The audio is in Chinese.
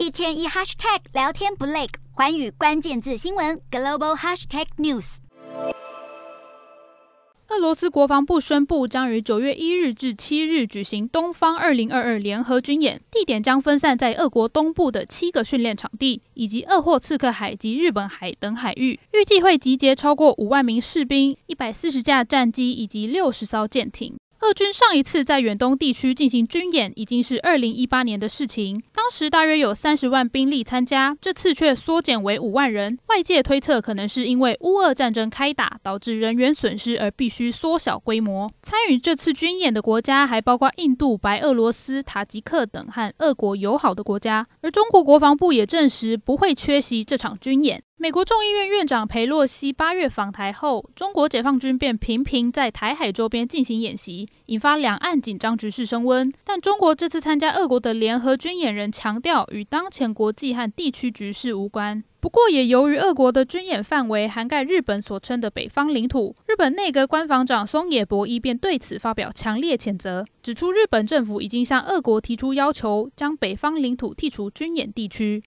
一天一 hashtag 聊天不累，寰宇关键字新闻 global hashtag news。 俄罗斯国防部宣布，将于9月1日至7日举行东方2022联合军演，地点将分散在俄国东部的7个训练场地，以及鄂霍次克海及日本海等海域。预计会集结超过5万名士兵、140架战机以及60艘舰艇。俄军上一次在远东地区进行军演，已经是2018年的事情，当时大约有30万兵力参加，这次却缩减为5万人。外界推测，可能是因为乌俄战争开打，导致人员损失而必须缩小规模。参与这次军演的国家还包括印度、白俄罗斯、塔吉克等和俄国友好的国家，而中国国防部也证实不会缺席这场军演。美国众议院院长裴洛西8月访台后，中国解放军便频频在台海周边进行演习，引发两岸紧张局势升温。但中国这次参加俄国的联合军演仍强调，与当前国际和地区局势无关。不过，也由于俄国的军演范围涵盖日本所称的北方领土，日本内阁官房长松野博一便对此发表强烈谴责，指出日本政府已经向俄国提出要求，将北方领土剔除军演地区。